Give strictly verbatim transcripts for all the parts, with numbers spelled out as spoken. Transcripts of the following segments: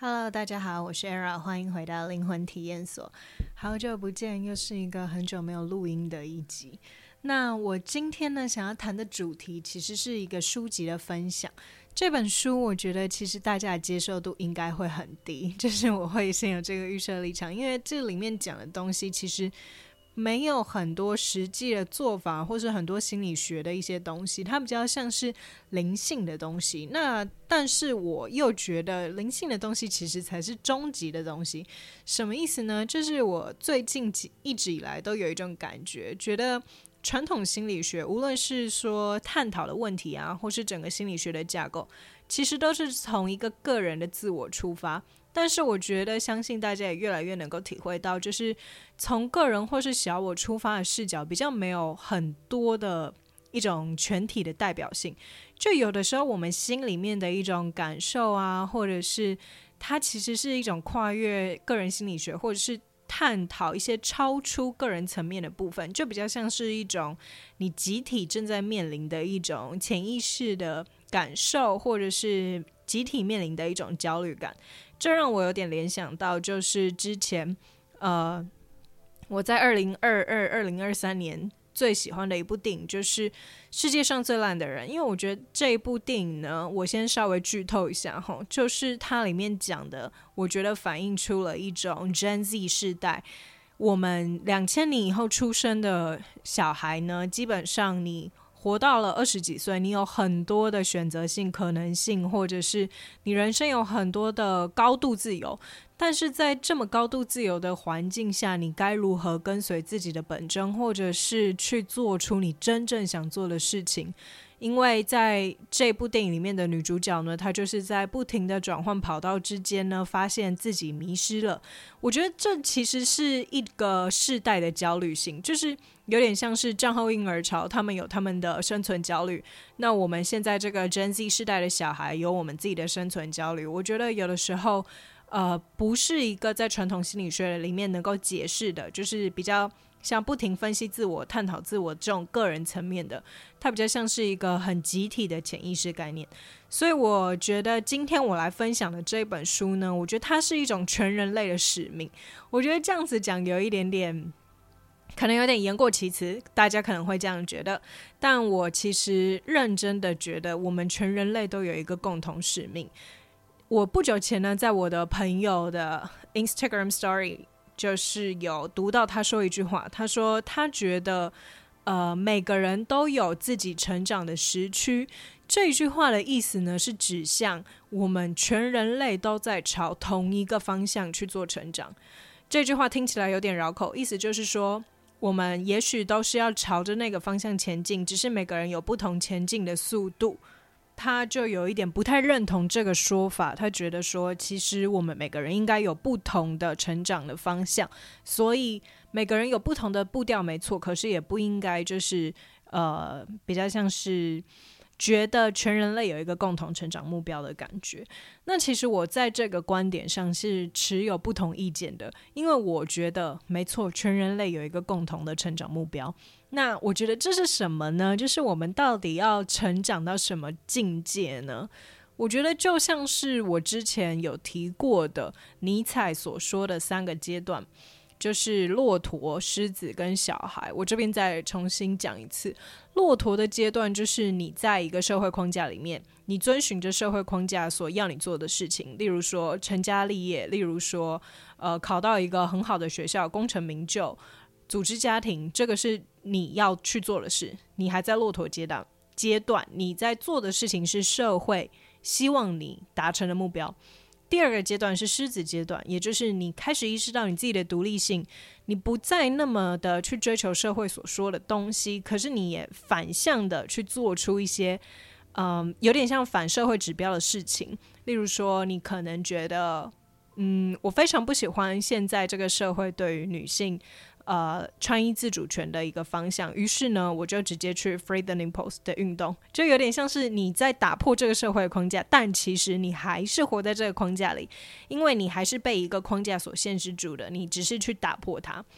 Hello， 大家好，我是 Era， 欢迎回到灵魂体验所。好久不见，又是一个很久没有录音的一集。那我今天呢，想要谈的主题其实是一个书籍的分享。这本书我觉得其实大家的接受度应该会很低，就是我会先有这个预设立场，因为这里面讲的东西其实没有很多实际的做法，或是很多心理学的一些东西，它比较像是灵性的东西。那但是我又觉得灵性的东西其实才是终极的东西。什么意思呢？就是我最近一直以来都有一种感觉，觉得传统心理学无论是说探讨的问题啊，或是整个心理学的架构，其实都是从一个个人的自我出发。但是我觉得相信大家也越来越能够体会到，就是从个人或是小我出发的视角比较没有很多的一种全体的代表性。就有的时候我们心里面的一种感受啊，或者是它其实是一种跨越个人心理学，或者是探讨一些超出个人层面的部分，就比较像是一种你集体正在面临的一种潜意识的感受，或者是集体面临的一种焦虑感。这让我有点联想到，就是之前呃，我在二零二二、二零二三年最喜欢的一部电影就是《世界上最烂的人》，因为我觉得这一部电影呢，我先稍微剧透一下齁，就是它里面讲的，我觉得反映出了一种 Gen Z 世代，我们两千年以后出生的小孩呢，基本上你活到了二十几岁，你有很多的选择性可能性，或者是你人生有很多的高度自由，但是在这么高度自由的环境下，你该如何跟随自己的本真，或者是去做出你真正想做的事情。因为在这部电影里面的女主角呢，她就是在不停的转换跑道之间呢，发现自己迷失了。我觉得这其实是一个世代的焦虑性，就是有点像是战后婴儿潮，他们有他们的生存焦虑，那我们现在这个 Gen Z 世代的小孩有我们自己的生存焦虑。我觉得有的时候呃，不是一个在传统心理学里面能够解释的，就是比较像不停分析自我、探讨自我这种个人层面的，它比较像是一个很集体的潜意识概念。所以我觉得今天我来分享的这本书呢，我觉得它是一种全人类的使命。我觉得这样子讲有一点点可能有点言过其实，大家可能会这样觉得，但我其实认真的觉得我们全人类都有一个共同使命。我不久前呢，在我的朋友的 Instagram Story 就是有读到他说一句话，他说他觉得呃，每个人都有自己成长的时区。这一句话的意思呢，是指向我们全人类都在朝同一个方向去做成长。这句话听起来有点绕口，意思就是说我们也许都是要朝着那个方向前进，只是每个人有不同前进的速度。他就有一点不太认同这个说法，他觉得说其实我们每个人应该有不同的成长的方向，所以每个人有不同的步调没错，可是也不应该就是呃比较像是觉得全人类有一个共同成长目标的感觉。那其实我在这个观点上是持有不同意见的，因为我觉得没错，全人类有一个共同的成长目标。那我觉得这是什么呢？就是我们到底要成长到什么境界呢？我觉得就像是我之前有提过的尼采所说的三个阶段，就是骆驼、狮子跟小孩。我这边再重新讲一次，骆驼的阶段就是你在一个社会框架里面，你遵循着社会框架所要你做的事情，例如说成家立业，例如说呃考到一个很好的学校，功成名就，组织家庭，这个是你要去做的事。你还在骆驼阶段阶段，你在做的事情是社会希望你达成的目标。第二个阶段是狮子阶段，也就是你开始意识到你自己的独立性，你不再那么的去追求社会所说的东西，可是你也反向的去做出一些嗯，有点像反社会指标的事情。例如说你可能觉得嗯，我非常不喜欢现在这个社会对于女性呃，穿衣自主权的一个方向，于是呢我就直接去 Free the Nipples 的运动，就有点像是你在打破这个社会的框架，但其实你还是活在这个框架里，因为你还是被一个框架所限制住的，你只是去打破它。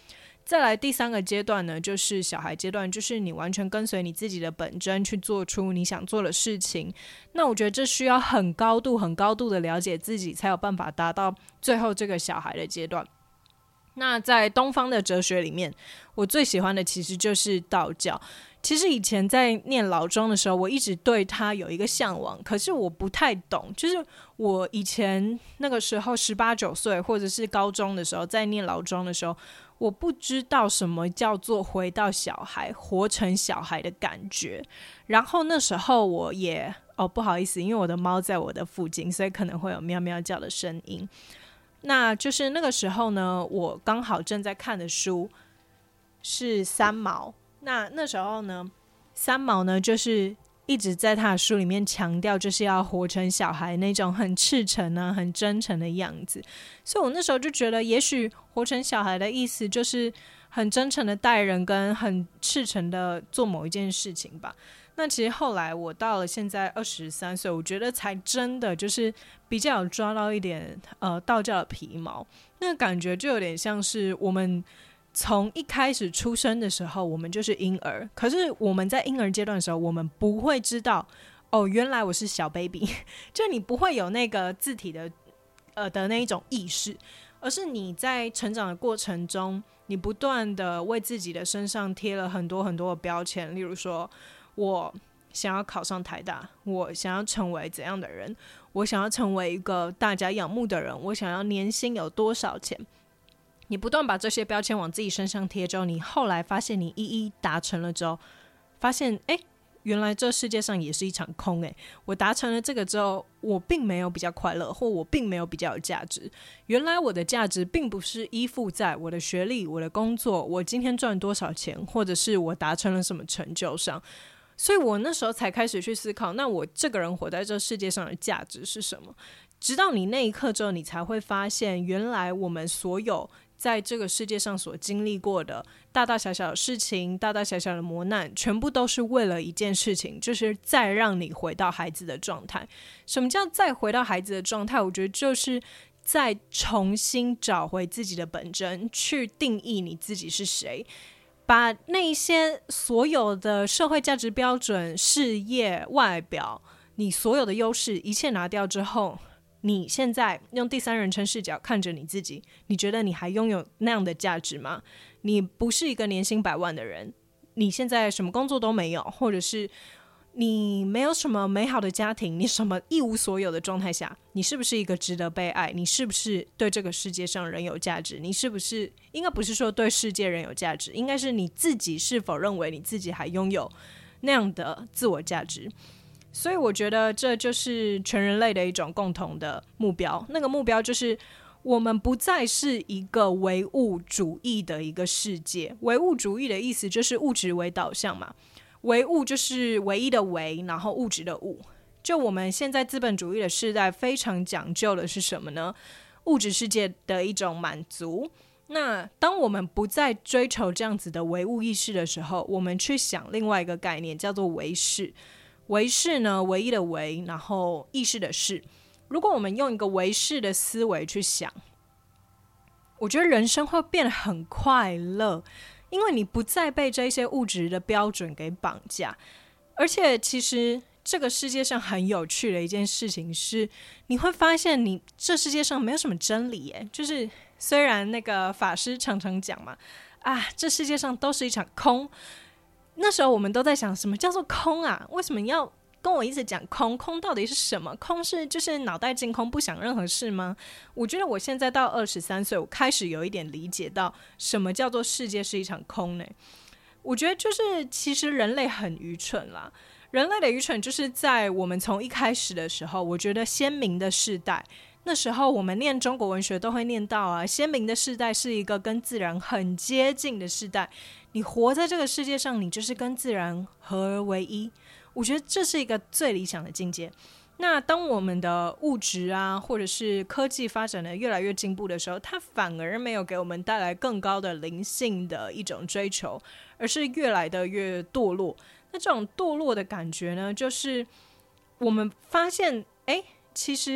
再来第三个阶段呢，就是小孩阶段，就是你完全跟随你自己的本真去做出你想做的事情。那我觉得这需要很高度很高度的了解自己，才有办法达到最后这个小孩的阶段。那在东方的哲学里面，我最喜欢的其实就是道教。其实以前在念老庄的时候，我一直对它有一个向往，可是我不太懂，就是我以前那个时候十八九岁或者是高中的时候，在念老庄的时候，我不知道什么叫做回到小孩，活成小孩的感觉。然后那时候我也哦不好意思，因为我的猫在我的附近，所以可能会有喵喵叫的声音。那就是那个时候呢，我刚好正在看的书是三毛。那那时候呢，三毛呢就是一直在他的书里面强调，就是要活成小孩那种很赤诚啊、很真诚的样子。所以我那时候就觉得，也许活成小孩的意思就是很真诚的待人，跟很赤诚的做某一件事情吧。那其实后来我到了现在二十三岁，我觉得才真的就是比较有抓到一点呃道教的皮毛。那个感觉就有点像是我们从一开始出生的时候，我们就是婴儿，可是我们在婴儿阶段的时候，我们不会知道哦，原来我是小 baby 就你不会有那个字体的呃的那一种意识，而是你在成长的过程中，你不断的为自己的身上贴了很多很多的标签，例如说我想要考上台大，我想要成为怎样的人，我想要成为一个大家仰慕的人，我想要年薪有多少钱。你不断把这些标签往自己身上贴之后，你后来发现你一一达成了之后，发现哎，原来这世界上也是一场空。哎，我达成了这个之后，我并没有比较快乐，或我并没有比较有价值。原来我的价值并不是依附在我的学历、我的工作、我今天赚多少钱，或者是我达成了什么成就上。所以我那时候才开始去思考，那我这个人活在这世界上的价值是什么。直到你那一刻之后，你才会发现，原来我们所有在这个世界上所经历过的大大小小的事情，大大小小的磨难，全部都是为了一件事情，就是再让你回到孩子的状态。什么叫再回到孩子的状态？我觉得就是再重新找回自己的本真，去定义你自己是谁，把那一些所有的社会价值标准、事业、外表，你所有的优势一切拿掉之后，你现在用第三人称视角看着你自己，你觉得你还拥有那样的价值吗？你不是一个年薪百万的人，你现在什么工作都没有，或者是你没有什么美好的家庭，你什么一无所有的状态下，你是不是一个值得被爱？你是不是对这个世界上人有价值？你是不是，应该不是说对世界人有价值，应该是你自己是否认为你自己还拥有那样的自我价值。所以我觉得这就是全人类的一种共同的目标，那个目标就是我们不再是一个唯物主义的一个世界。唯物主义的意思就是物质为导向嘛，唯物就是唯一的唯，然后物质的物。就我们现在资本主义的时代非常讲究的是什么呢？物质世界的一种满足。那当我们不再追求这样子的唯物意识的时候，我们去想另外一个概念叫做唯识。唯识呢，唯一的唯，然后意识的识。如果我们用一个唯识的思维去想，我觉得人生会变得很快乐，因为你不再被这些物质的标准给绑架。而且其实这个世界上很有趣的一件事情是，你会发现你这世界上没有什么真理耶，就是虽然那个法师常常讲嘛，啊，这世界上都是一场空。那时候我们都在想，什么叫做空啊？为什么要跟我一直讲空？空到底是什么？空是就是脑袋净空，不想任何事吗？我觉得我现在到二十三岁，我开始有一点理解到什么叫做世界是一场空呢？我觉得就是其实人类很愚蠢啦。人类的愚蠢就是在我们从一开始的时候，我觉得先民的世代，那时候我们念中国文学都会念到啊，先民的世代是一个跟自然很接近的世代。你活在这个世界上，你就是跟自然合而为一。我觉得这是一个最理想的境界。那当我们的物质啊，或者是科技发展的越来越进步的时候，它反而没有给我们带来更高的灵性的一种追求，而是越来的越堕落。那这种堕落的感觉呢，就是我们发现，哎，其实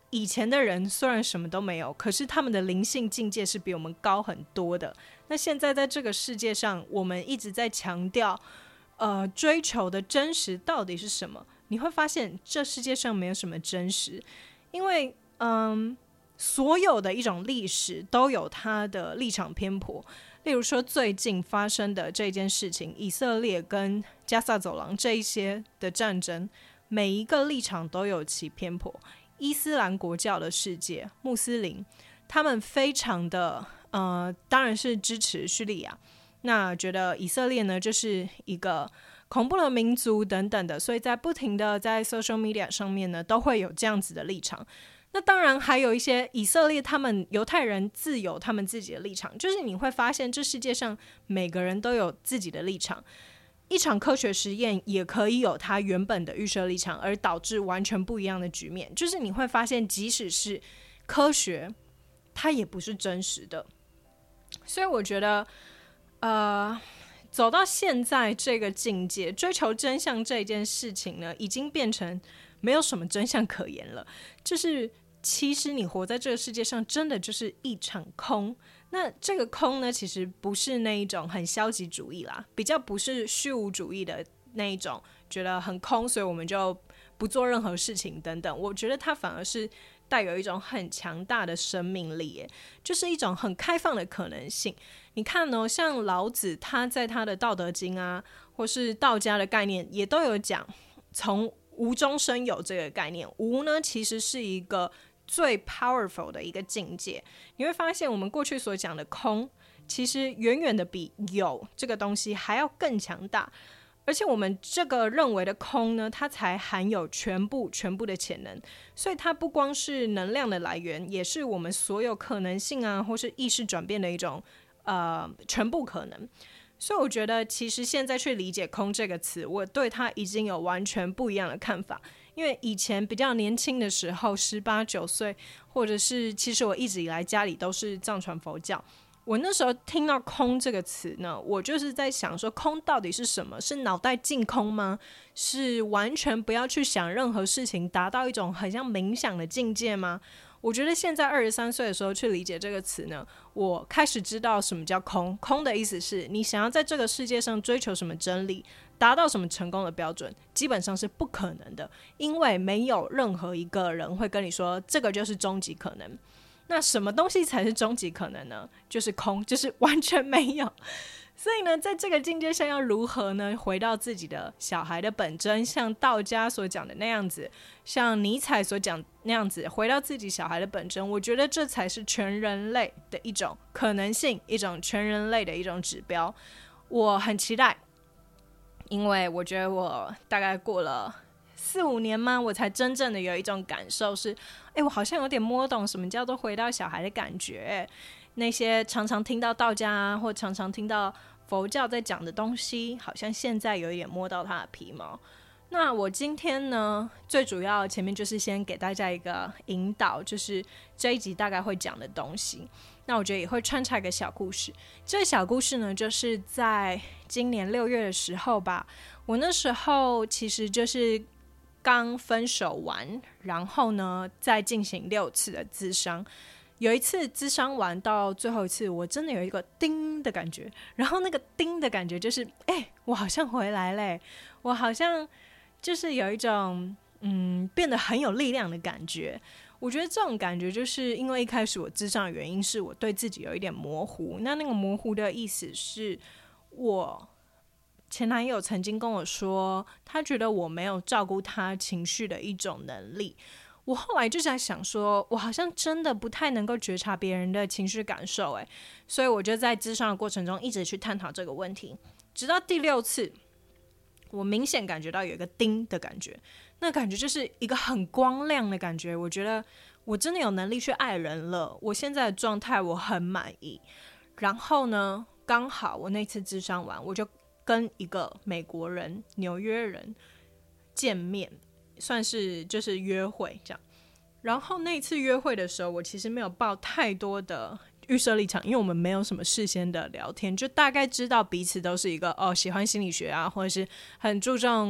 以前的人虽然什么都没有，可是他们的灵性境界是比我们高很多的。那现在在这个世界上，我们一直在强调呃，追求的真实到底是什么？你会发现这世界上没有什么真实，因为嗯，所有的一种历史都有它的立场偏颇。例如说最近发生的这件事情，以色列跟加萨走廊这一些的战争，每一个立场都有其偏颇。伊斯兰国教的世界，穆斯林他们非常的呃，当然是支持叙利亚，那觉得以色列呢就是一个恐怖的民族等等的，所以在不停的在 social media 上面呢都会有这样子的立场。那当然还有一些以色列他们犹太人自有他们自己的立场，就是你会发现这世界上每个人都有自己的立场，一场科学实验也可以有它原本的预设立场，而导致完全不一样的局面。就是你会发现即使是科学它也不是真实的。所以我觉得呃，走到现在这个境界，追求真相这件事情呢已经变成没有什么真相可言了，就是其实你活在这个世界上真的就是一场空。那这个空呢其实不是那一种很消极主义啦，比较不是虚无主义的那一种觉得很空所以我们就不做任何事情等等，我觉得它反而是带有一种很强大的生命力耶，就是一种很开放的可能性。你看哦，像老子他在他的道德经啊或是道家的概念也都有讲从无中生有这个概念。无呢其实是一个最 powerful 的一个境界，你会发现我们过去所讲的空其实远远的比有这个东西还要更强大，而且我们这个认为的空呢它才含有全部全部的潜能，所以它不光是能量的来源，也是我们所有可能性啊或是意识转变的一种呃全部可能。所以我觉得其实现在去理解空这个词，我对它已经有完全不一样的看法。因为以前比较年轻的时候十八九岁，或者是其实我一直以来家里都是藏传佛教，我那时候听到空这个词呢，我就是在想说空到底是什么？是脑袋净空吗？是完全不要去想任何事情，达到一种很像冥想的境界吗？我觉得现在二十三岁的时候去理解这个词呢，我开始知道什么叫空。空的意思是你想要在这个世界上追求什么真理，达到什么成功的标准，基本上是不可能的，因为没有任何一个人会跟你说这个就是终极可能。那什么东西才是终极可能呢？就是空，就是完全没有。所以呢在这个境界下要如何呢回到自己的小孩的本真，像道家所讲的那样子，像尼采所讲那样子，回到自己小孩的本真，我觉得这才是全人类的一种可能性，一种全人类的一种指标。我很期待，因为我觉得我大概过了四五年吗，我才真正的有一种感受是，哎，我好像有点摸懂什么叫做回到小孩的感觉。那些常常听到道家啊或常常听到佛教在讲的东西，好像现在有一点摸到它的皮毛。那我今天呢最主要前面就是先给大家一个引导，就是这一集大概会讲的东西，那我觉得也会穿插一个小故事。这个小故事呢就是在今年六月的时候吧，我那时候其实就是刚分手完，然后呢再进行六次的諮商，有一次諮商完到最后一次，我真的有一个叮的感觉，然后那个叮的感觉就是哎、欸，我好像回来嘞，我好像就是有一种嗯变得很有力量的感觉。我觉得这种感觉就是因为一开始我諮商的原因是我对自己有一点模糊，那那个模糊的意思是我前男友曾经跟我说他觉得我没有照顾他情绪的一种能力。我后来就在想说我好像真的不太能够觉察别人的情绪感受耶，所以我就在諮商的过程中一直去探讨这个问题，直到第六次我明显感觉到有一个叮的感觉，那感觉就是一个很光亮的感觉，我觉得我真的有能力去爱人了，我现在的状态我很满意。然后呢刚好我那次諮商完，我就跟一个美国人纽约人见面，算是就是约会这样。然后那次约会的时候我其实没有抱太多的预设立场，因为我们没有什么事先的聊天，就大概知道彼此都是一个哦喜欢心理学啊，或者是很注重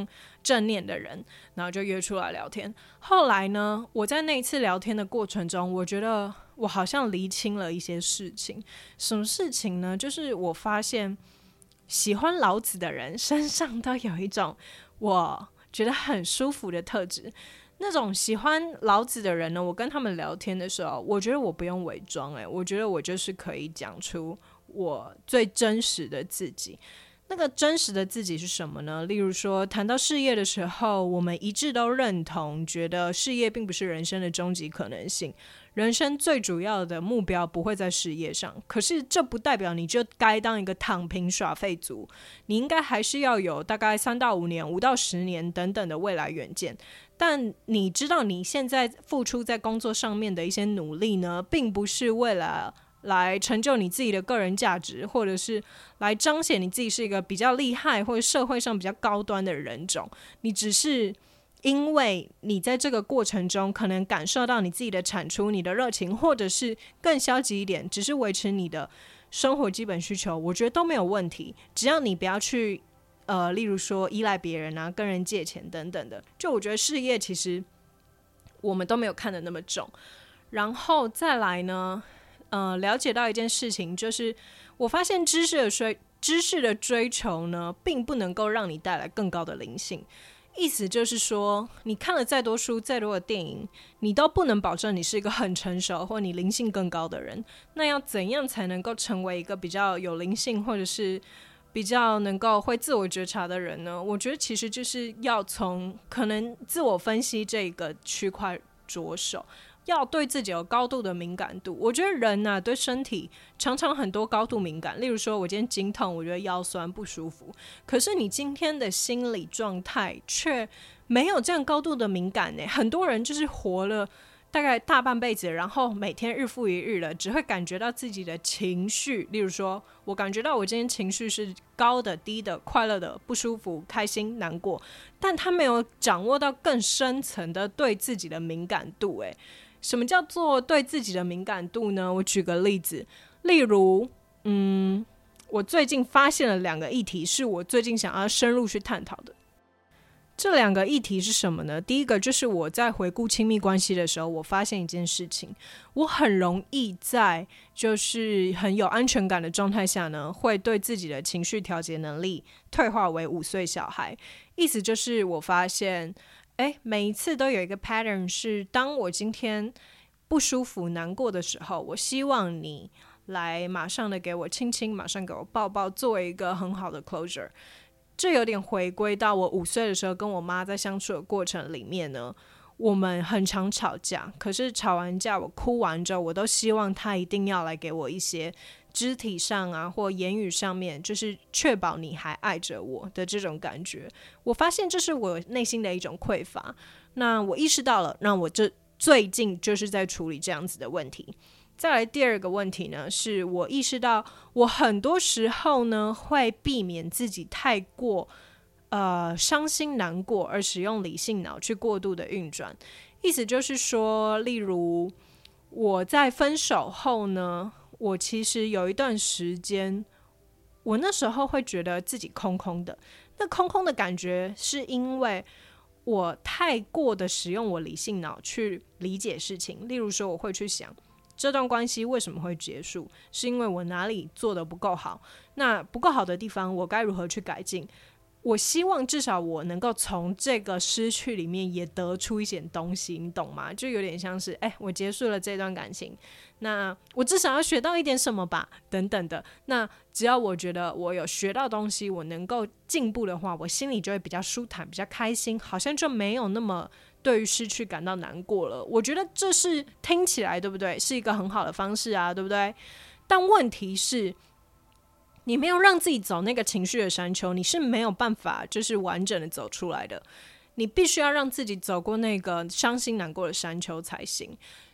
正念的人，然后就约出来聊天。后来呢，我在那一次聊天的过程中，我觉得我好像厘清了一些事情。什么事情呢？就是我发现喜欢老子的人身上都有一种我觉得很舒服的特质。那种喜欢老子的人呢，我跟他们聊天的时候，我觉得我不用伪装，欸，我觉得我就是可以讲出我最真实的自己。那个真实的自己是什么呢？例如说谈到事业的时候，我们一致都认同，觉得事业并不是人生的终极可能性，人生最主要的目标不会在事业上。可是这不代表你就该当一个躺平耍废族，你应该还是要有大概三到五年、五到十年等等的未来远见。但你知道你现在付出在工作上面的一些努力呢，并不是为了来成就你自己的个人价值，或者是来彰显你自己是一个比较厉害或者社会上比较高端的人种。你只是因为你在这个过程中可能感受到你自己的产出、你的热情，或者是更消极一点，只是维持你的生活基本需求，我觉得都没有问题。只要你不要去呃，例如说依赖别人啊、跟人借钱等等的，就我觉得事业其实我们都没有看得那么重。然后再来呢，呃，了解到一件事情，就是我发现知识的追知识的追求呢，并不能够让你带来更高的灵性。意思就是说，你看了再多书、再多的电影，你都不能保证你是一个很成熟或你灵性更高的人。那要怎样才能够成为一个比较有灵性，或者是比较能够会自我觉察的人呢？我觉得其实就是要从可能自我分析这个区块着手，要对自己有高度的敏感度。我觉得人啊，对身体常常很多高度敏感。例如说我今天经痛，我觉得腰酸不舒服，可是你今天的心理状态却没有这样高度的敏感耶。很多人就是活了大概大半辈子，然后每天日复一日了，只会感觉到自己的情绪。例如说我感觉到我今天情绪是高的、低的、快乐的、不舒服、开心、难过，但他没有掌握到更深层的对自己的敏感度。诶，什么叫做对自己的敏感度呢？我举个例子，例如嗯，我最近发现了两个议题是我最近想要深入去探讨的。这两个议题是什么呢？第一个就是我在回顾亲密关系的时候，我发现一件事情，我很容易在就是很有安全感的状态下呢，会对自己的情绪调节能力退化为五岁小孩。意思就是我发现诶，每一次都有一个 pattern， 是当我今天不舒服难过的时候，我希望你来马上的给我亲亲，马上给我抱抱，作为一个很好的 closure。这有点回归到我五岁的时候跟我妈在相处的过程里面呢，我们很常吵架，可是吵完架我哭完之后，我都希望她一定要来给我一些肢体上啊或言语上面，就是确保你还爱着我的这种感觉。我发现这是我内心的一种匮乏，那我意识到了，那我这最近就是在处理这样子的问题。再来第二个问题呢，是我意识到我很多时候呢会避免自己太过呃伤心难过，而使用理性脑去过度的运转。意思就是说，例如我在分手后呢，我其实有一段时间，我那时候会觉得自己空空的。那空空的感觉是因为我太过的使用我理性脑去理解事情。例如说我会去想这段关系为什么会结束，是因为我哪里做得不够好，那不够好的地方我该如何去改进。我希望至少我能够从这个失去里面也得出一些东西，你懂吗？就有点像是哎，我结束了这段感情，那我至少要学到一点什么吧，等等的。那只要我觉得我有学到东西，我能够进步的话，我心里就会比较舒坦，比较开心，好像就没有那么对于失去感到难过了。我觉得这是听起来对不对，是一个很好的方式啊，对不对？但问题是你没有让自己走那个情绪的山丘，你是没有办法就是完整的走出来的。你必须要让自己走过那个伤心难过的山丘才行。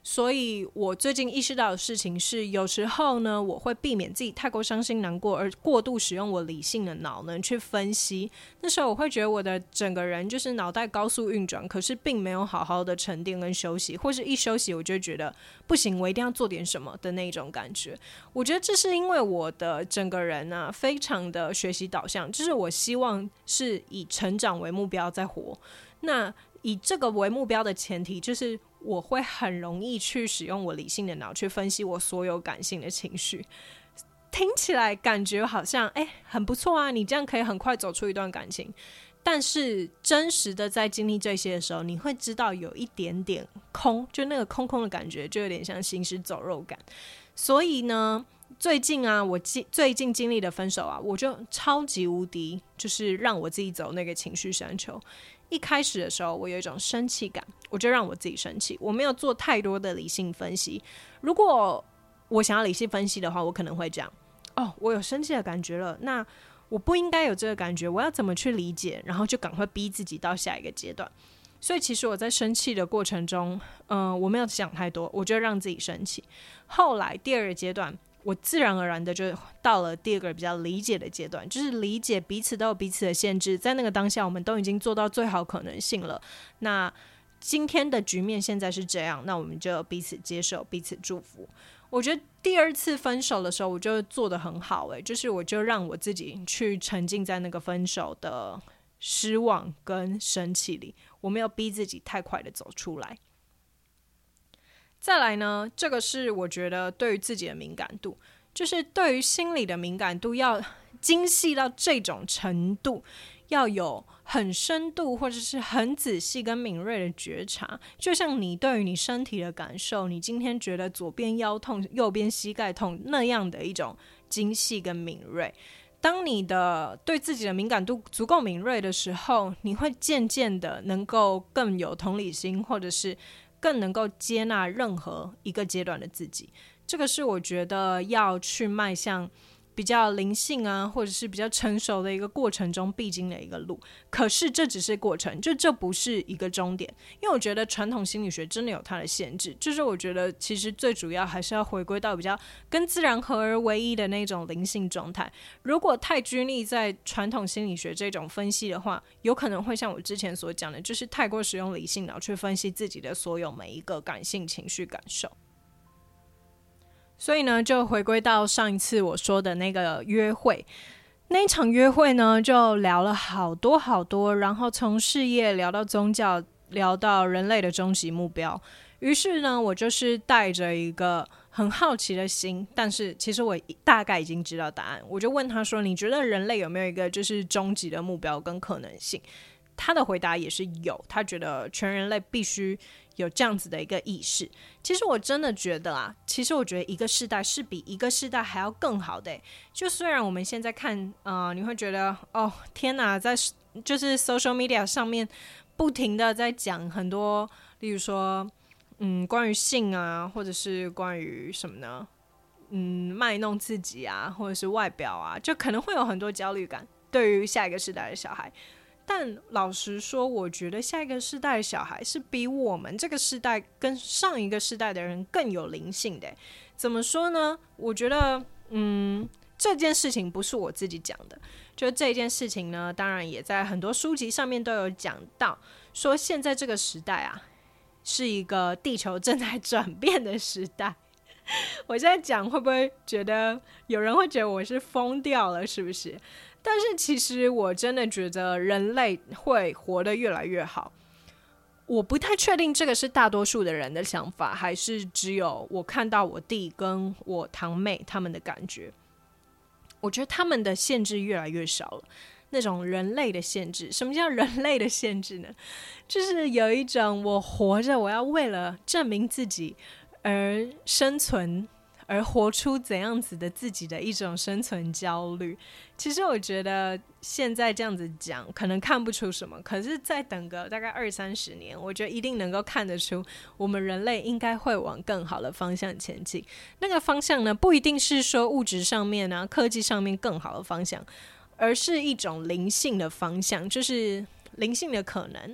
所以我最近意识到的事情是，有时候呢，我会避免自己太过伤心难过，而过度使用我理性的脑呢去分析。那时候我会觉得我的整个人就是脑袋高速运转，可是并没有好好的沉淀跟休息，或是一休息我就会觉得不行，我一定要做点什么的那种感觉。我觉得这是因为我的整个人啊非常的学习导向，就是我希望是以成长为目标在活。那以这个为目标的前提，就是我会很容易去使用我理性的脑去分析我所有感性的情绪。听起来感觉好像哎很不错啊，你这样可以很快走出一段感情。但是真实的在经历这些的时候，你会知道有一点点空，就那个空空的感觉，就有点像行尸走肉感。所以呢，最近啊，我最近经历的分手啊，我就超级无敌，就是让我自己走那个情绪山丘。一开始的时候我有一种生气感，我就让我自己生气，我没有做太多的理性分析。如果我想要理性分析的话，我可能会讲哦，我有生气的感觉了，那我不应该有这个感觉，我要怎么去理解，然后就赶快逼自己到下一个阶段。所以其实我在生气的过程中嗯，我没有想太多，我就让自己生气。后来第二个阶段，我自然而然的就到了第二个比较理解的阶段，就是理解彼此都有彼此的限制，在那个当下我们都已经做到最好可能性了，那今天的局面现在是这样，那我们就彼此接受，彼此祝福。我觉得第二次分手的时候我就做得很好、欸、就是我就让我自己去沉浸在那个分手的失望跟生气里，我没有逼自己太快的走出来。再来呢，这个是我觉得对于自己的敏感度，就是对于心理的敏感度要精细到这种程度，要有很深度或者是很仔细跟敏锐的觉察。就像你对于你身体的感受，你今天觉得左边腰痛右边膝盖痛那样的一种精细跟敏锐，当你的对自己的敏感度足够敏锐的时候，你会渐渐的能够更有同理心，或者是更能够接纳任何一个阶段的自己。这个是我觉得要去迈向比较灵性啊，或者是比较成熟的一个过程中必经的一个路。可是这只是过程，就这不是一个终点。因为我觉得传统心理学真的有它的限制，就是我觉得其实最主要还是要回归到比较跟自然合而为一的那种灵性状态。如果太拘泥在传统心理学这种分析的话，有可能会像我之前所讲的，就是太过使用理性脑去分析自己的所有每一个感性情绪感受。所以呢，就回归到上一次我说的那个约会，那一场约会呢，就聊了好多好多，然后从事业聊到宗教，聊到人类的终极目标。于是呢，我就是带着一个很好奇的心，但是其实我大概已经知道答案，我就问他说，你觉得人类有没有一个就是终极的目标跟可能性？他的回答也是有，他觉得全人类必须有这样子的一个意识。其实我真的觉得啊，其实我觉得一个世代是比一个世代还要更好的、欸、就虽然我们现在看呃，你会觉得哦天哪，在就是 social media 上面不停的在讲很多，例如说嗯，关于性啊，或者是关于什么呢，嗯，卖弄自己啊，或者是外表啊，就可能会有很多焦虑感对于下一个世代的小孩。但老实说，我觉得下一个世代的小孩是比我们这个世代跟上一个世代的人更有灵性的。怎么说呢？我觉得嗯，这件事情不是我自己讲的，就这件事情呢，当然也在很多书籍上面都有讲到，说现在这个时代啊，是一个地球正在转变的时代。我现在讲会不会觉得有人会觉得我是疯掉了，是不是？但是其实我真的觉得人类会活得越来越好。我不太确定这个是大多数的人的想法，还是只有我看到我弟跟我堂妹他们的感觉。我觉得他们的限制越来越少了，那种人类的限制。什么叫人类的限制呢？就是有一种我活着，我要为了证明自己而生存，而活出怎样子的自己的一种生存焦虑。其实我觉得现在这样子讲可能看不出什么，可是再等个大概二三十年，我觉得一定能够看得出我们人类应该会往更好的方向前进。那个方向呢，不一定是说物质上面啊，科技上面更好的方向，而是一种灵性的方向，就是灵性的可能。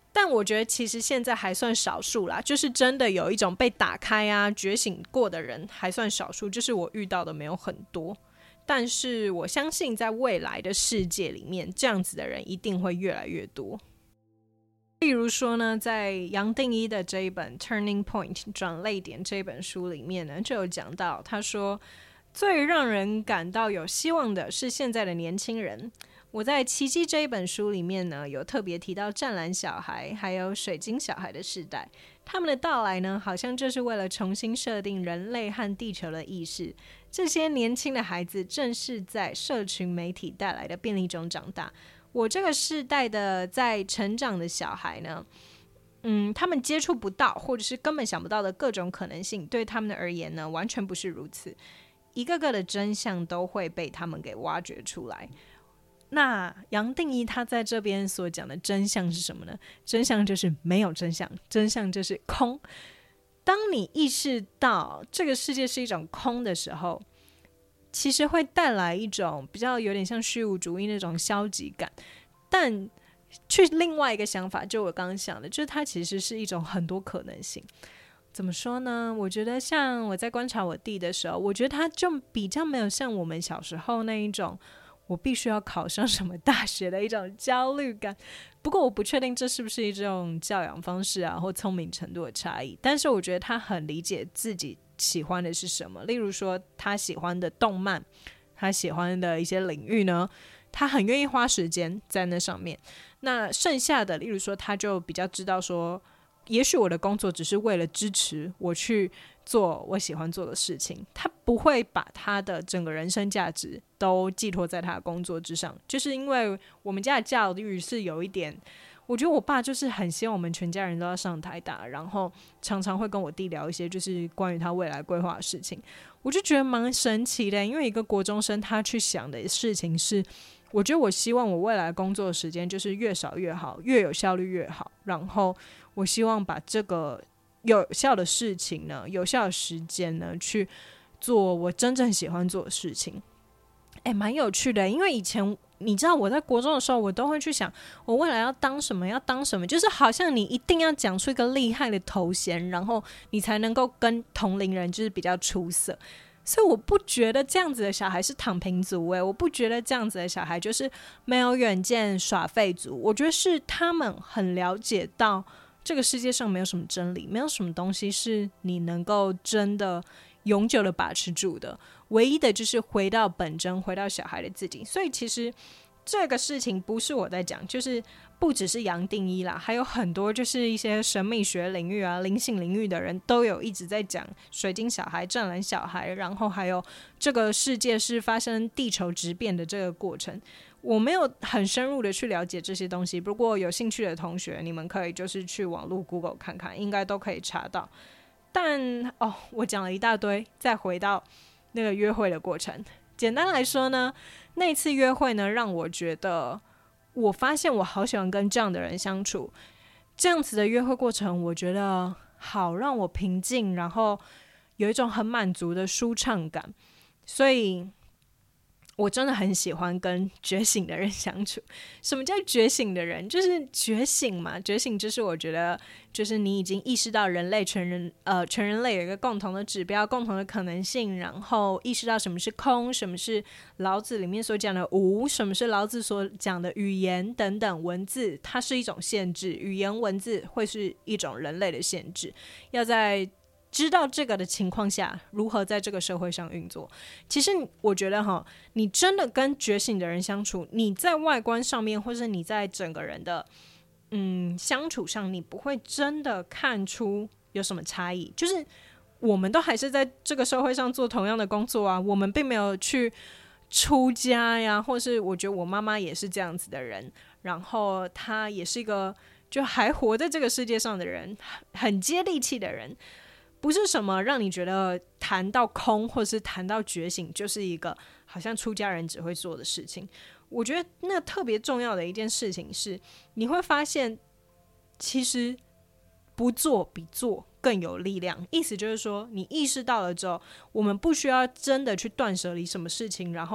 但我觉得其实现在还算少数啦，就是真的有一种被打开啊觉醒过的人还算少数，就是我遇到的没有很多，但是我相信在未来的世界里面，这样子的人一定会越来越多。例如说呢，在杨定一的这一本 Turning Point 转捩点这本书里面呢，就有讲到，他说最让人感到有希望的是现在的年轻人。我在奇迹这一本书里面呢，有特别提到湛蓝小孩还有水晶小孩的世代，他们的到来呢，好像就是为了重新设定人类和地球的意识。这些年轻的孩子正是在社群媒体带来的便利中长大。我这个世代的在成长的小孩呢，嗯，他们接触不到或者是根本想不到的各种可能性，对他们的而言呢，完全不是如此。一个个的真相都会被他们给挖掘出来。那杨定一他在这边所讲的真相是什么呢？真相就是没有真相，真相就是空。当你意识到这个世界是一种空的时候，其实会带来一种比较有点像虚无主义那种消极感，但去另外一个想法，就我刚刚想的，就是它其实是一种很多可能性。怎么说呢？我觉得像我在观察我弟的时候，我觉得他就比较没有像我们小时候那一种我必须要考上什么大学的一种焦虑感。不过我不确定这是不是一种教养方式啊，或聪明程度的差异，但是我觉得他很理解自己喜欢的是什么。例如说他喜欢的动漫，他喜欢的一些领域呢，他很愿意花时间在那上面。那剩下的例如说他就比较知道说，也许我的工作只是为了支持我去做我喜欢做的事情，他不会把他的整个人生价值都寄托在他的工作之上。就是因为我们家的教育是有一点，我觉得我爸就是很希望我们全家人都要上台大，然后常常会跟我弟聊一些就是关于他未来规划的事情。我就觉得蛮神奇的，因为一个国中生他去想的事情是，我觉得我希望我未来工作的时间就是越少越好，越有效率越好，然后我希望把这个有效的事情呢，有效的时间呢，去做我真正喜欢做的事情。哎，蛮有趣的，因为以前你知道我在国中的时候，我都会去想我未来要当什么要当什么，就是好像你一定要讲出一个厉害的头衔，然后你才能够跟同龄人就是比较出色。所以我不觉得这样子的小孩是躺平族耶，我不觉得这样子的小孩就是没有远见耍废族，我觉得是他们很了解到这个世界上没有什么真理，没有什么东西是你能够真的永久的把持住的，唯一的就是回到本真，回到小孩的自己。所以其实这个事情不是我在讲，就是不只是杨定一啦，还有很多就是一些神秘学领域啊、灵性领域的人都有一直在讲水晶小孩、湛蓝小孩，然后还有这个世界是发生地球质变的这个过程。我没有很深入的去了解这些东西，不过有兴趣的同学你们可以就是去网络 Google 看看，应该都可以查到。但哦，我讲了一大堆，再回到那个约会的过程。简单来说呢，那次约会呢，让我觉得我发现我好喜欢跟这样的人相处。这样子的约会过程，我觉得好让我平静，然后有一种很满足的舒畅感。所以我真的很喜欢跟觉醒的人相处。什么叫觉醒的人？就是觉醒嘛，觉醒就是我觉得就是你已经意识到人类全人呃全人类有一个共同的指标，共同的可能性，然后意识到什么是空，什么是老子里面所讲的无，什么是老子所讲的语言等等，文字它是一种限制，语言文字会是一种人类的限制，要在知道这个的情况下如何在这个社会上运作。其实我觉得齁，你真的跟觉醒的人相处，你在外观上面或是你在整个人的嗯相处上，你不会真的看出有什么差异。就是我们都还是在这个社会上做同样的工作啊，我们并没有去出家呀，或是我觉得我妈妈也是这样子的人，然后她也是一个就还活在这个世界上的人，很接地气的人，不是什么让你觉得谈到空或是谈到觉醒就是一个好像出家人只会做的事情。我觉得那特别重要的一件事情是，你会发现其实不做比做更有力量。意思就是说，你意识到了之后，我们不需要真的去断舍离什么事情，然后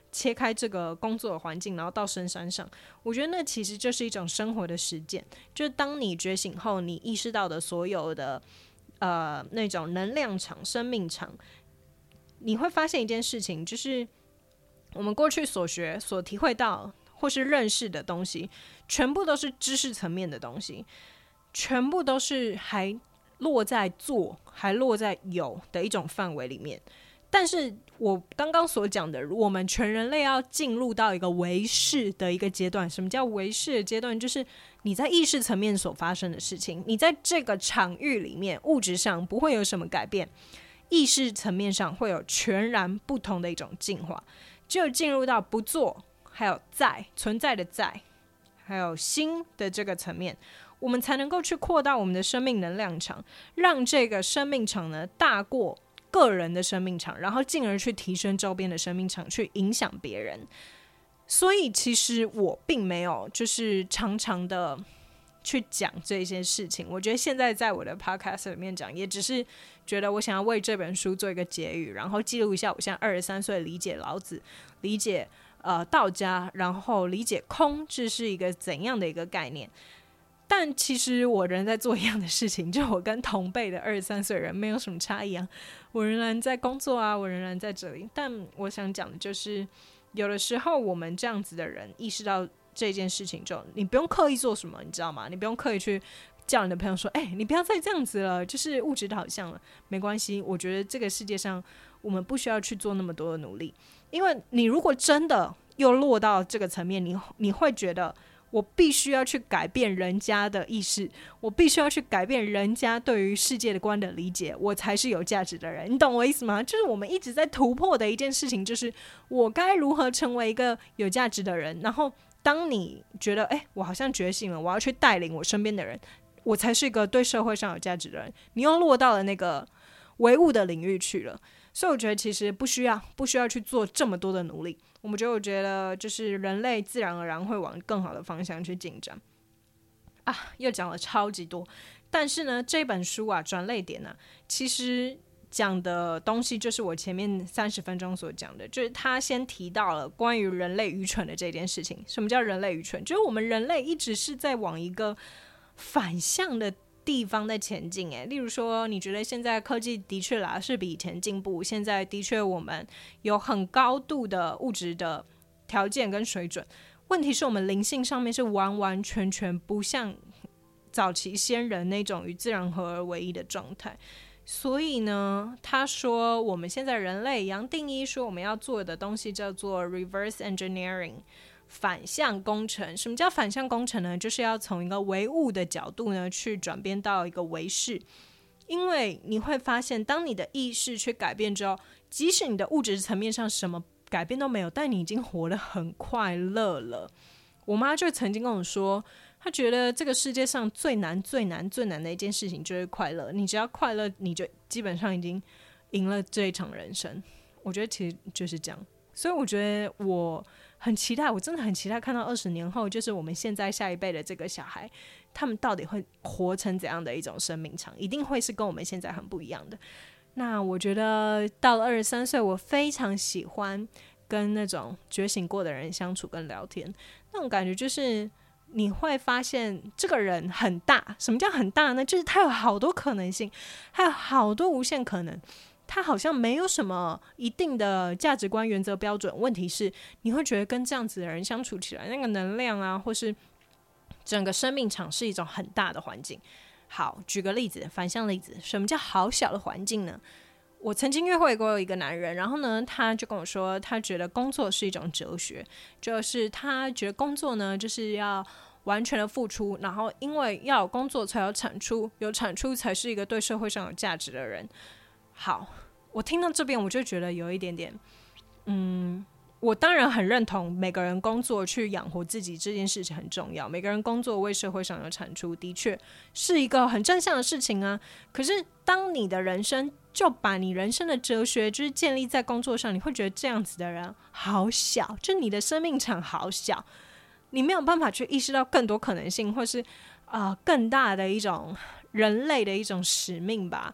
切开这个工作的环境，然后到深山上，我觉得那其实就是一种生活的实践。就是当你觉醒后，你意识到的所有的呃那种能量场、生命场，你会发现一件事情，就是我们过去所学、所体会到或是认识的东西，全部都是知识层面的东西，全部都是还落在做，还落在有的一种范围里面。但是我刚刚所讲的，我们全人类要进入到一个唯识的一个阶段。什么叫唯识的阶段？就是你在意识层面所发生的事情，你在这个场域里面物质上不会有什么改变，意识层面上会有全然不同的一种进化。只有进入到不做，还有在存在的在，还有心的这个层面，我们才能够去扩大我们的生命能量场，让这个生命场呢大过个人的生命场，然后进而去提升周边的生命场，去影响别人。所以其实我并没有就是常常的去讲这些事情，我觉得现在在我的 podcast 里面讲，也只是觉得我想要为这本书做一个结语，然后记录一下我现在二十三岁理解老子，理解呃道家，然后理解空这是一个怎样的一个概念。但其实我仍然在做一样的事情，就我跟同辈的二十三岁人没有什么差异啊，我仍然在工作啊，我仍然在这里。但我想讲的就是，有的时候我们这样子的人意识到这件事情之后，你不用刻意做什么，你知道吗？你不用刻意去叫你的朋友说，哎、欸，你不要再这样子了，就是物质导向了，没关系。我觉得这个世界上我们不需要去做那么多的努力，因为你如果真的又落到这个层面，你你会觉得我必须要去改变人家的意识，我必须要去改变人家对于世界的观的理解，我才是有价值的人。你懂我意思吗？就是我们一直在突破的一件事情，就是我该如何成为一个有价值的人。然后当你觉得哎，我好像觉醒了，我要去带领我身边的人，我才是一个对社会上有价值的人，你又落到了那个唯物的领域去了。所以我觉得其实不需要不需要去做这么多的努力，我们就觉得就是人类自然而然会往更好的方向去进展啊。又讲了超级多，但是呢这本书啊转捩点啊，其实讲的东西就是我前面三十分钟所讲的，就是他先提到了关于人类愚蠢的这件事情。什么叫人类愚蠢？就是我们人类一直是在往一个反向的地方在前进。例如说你觉得现在科技的确啦是比以前进步，现在的确我们有很高度的物质的条件跟水准，问题是我们灵性上面是完完全全不像早期先人那种与自然合而为一的状态。所以呢他说我们现在人类杨定一说我们要做的东西叫做 reverse engineering，反向工程。什么叫反向工程呢？就是要从一个唯物的角度呢去转变到一个唯识。因为你会发现当你的意识去改变之后，即使你的物质层面上什么改变都没有，但你已经活得很快乐了。我妈就曾经跟我说，她觉得这个世界上最难最难最难的一件事情就是快乐，你只要快乐你就基本上已经赢了这一场人生。我觉得其实就是这样。所以我觉得我很期待，我真的很期待看到二十年后，就是我们现在下一辈的这个小孩，他们到底会活成怎样的一种生命场，一定会是跟我们现在很不一样的。那我觉得到了二十三岁，我非常喜欢跟那种觉醒过的人相处跟聊天，那种感觉就是你会发现这个人很大。什么叫很大呢？就是他有好多可能性，还有好多无限可能，他好像没有什么一定的价值观原则标准。问题是你会觉得跟这样子的人相处起来，那个能量啊或是整个生命场是一种很大的环境。好，举个例子，反向例子，什么叫好小的环境呢？我曾经约会过一个男人，然后呢他就跟我说他觉得工作是一种哲学，就是他觉得工作呢就是要完全的付出，然后因为要有工作才有产出，有产出才是一个对社会上有价值的人。好，我听到这边我就觉得有一点点嗯，我当然很认同每个人工作去养活自己这件事情很重要，每个人工作为社会上有产出的确是一个很正向的事情啊。可是当你的人生就把你人生的哲学就是建立在工作上，你会觉得这样子的人好小，就你的生命场好小，你没有办法去意识到更多可能性，或是、呃、更大的一种人类的一种使命吧。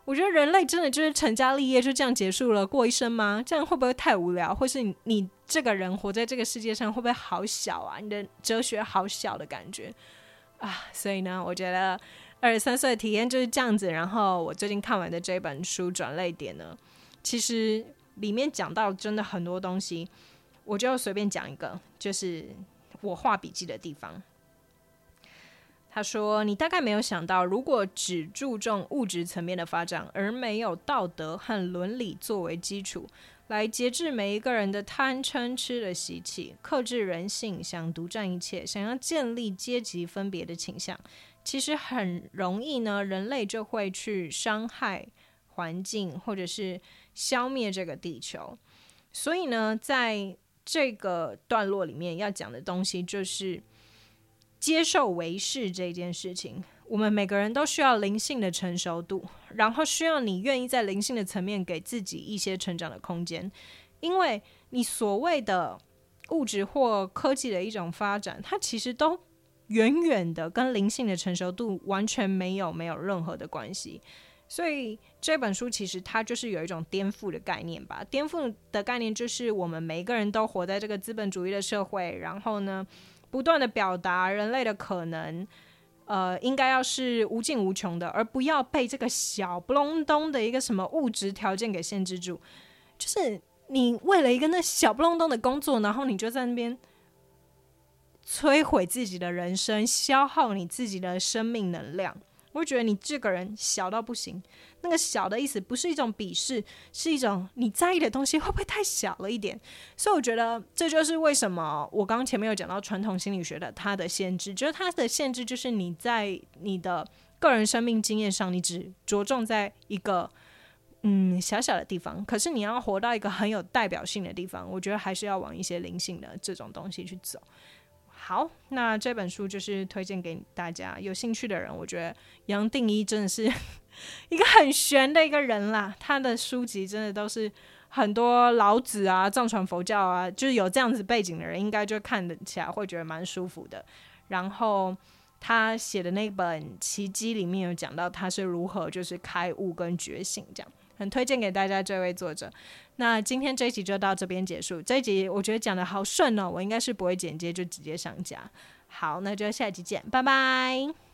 我觉得人类真的就是成家立业就这样结束了，过一生吗？这样会不会太无聊？或是 你, 你这个人活在这个世界上会不会好小啊？你的哲学好小的感觉啊！所以呢，我觉得二十三岁的体验就是这样子。然后我最近看完的这本书《转捩点》呢，其实里面讲到真的很多东西，我就随便讲一个，就是我画笔记的地方。他说，你大概没有想到，如果只注重物质层面的发展，而没有道德和伦理作为基础，来节制每一个人的贪嗔痴的习气，克制人性，想独占一切，想要建立阶级分别的倾向，其实很容易呢，人类就会去伤害环境，或者是消灭这个地球。所以呢，在这个段落里面要讲的东西就是接受为是这件事情。我们每个人都需要灵性的成熟度，然后需要你愿意在灵性的层面给自己一些成长的空间，因为你所谓的物质或科技的一种发展，它其实都远远的跟灵性的成熟度完全没有没有任何的关系。所以这本书其实它就是有一种颠覆的概念吧。颠覆的概念就是我们每一个人都活在这个资本主义的社会，然后呢不断的表达人类的可能，呃，应该要是无尽无穷的，而不要被这个小不隆咚的一个什么物质条件给限制住。就是你为了一个那小不隆咚的工作，然后你就在那边摧毁自己的人生，消耗你自己的生命能量。我会觉得你这个人小到不行。那个小的意思不是一种鄙视，是一种你在意的东西会不会太小了一点。所以我觉得这就是为什么我刚刚前面有讲到传统心理学的它的限制，就是它的限制就是你在你的个人生命经验上，你只着重在一个嗯小小的地方，可是你要活到一个很有代表性的地方，我觉得还是要往一些灵性的这种东西去走。好，那这本书就是推荐给大家，有兴趣的人。我觉得杨定一真的是一个很玄的一个人啦，他的书籍真的都是很多老子啊、藏传佛教啊，就是有这样子背景的人应该就看得起来会觉得蛮舒服的。然后他写的那本奇迹里面有讲到他是如何就是开悟跟觉醒，这样很推荐给大家这位作者。那今天这一集就到这边结束。这一集我觉得讲的好顺哦，我应该是不会剪接就直接上架。好，那就下一集见，拜拜。